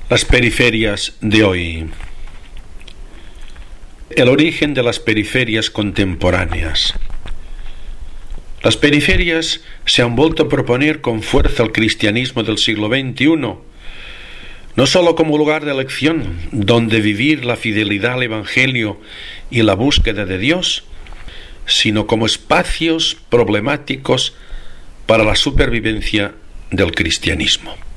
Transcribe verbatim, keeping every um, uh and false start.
Las periferias de hoy. El origen de las periferias contemporáneas. Las periferias se han vuelto a proponer con fuerza al cristianismo del siglo veintiuno, no sólo como lugar de elección donde vivir la fidelidad al Evangelio y la búsqueda de Dios, sino como espacios problemáticos para la supervivencia del cristianismo.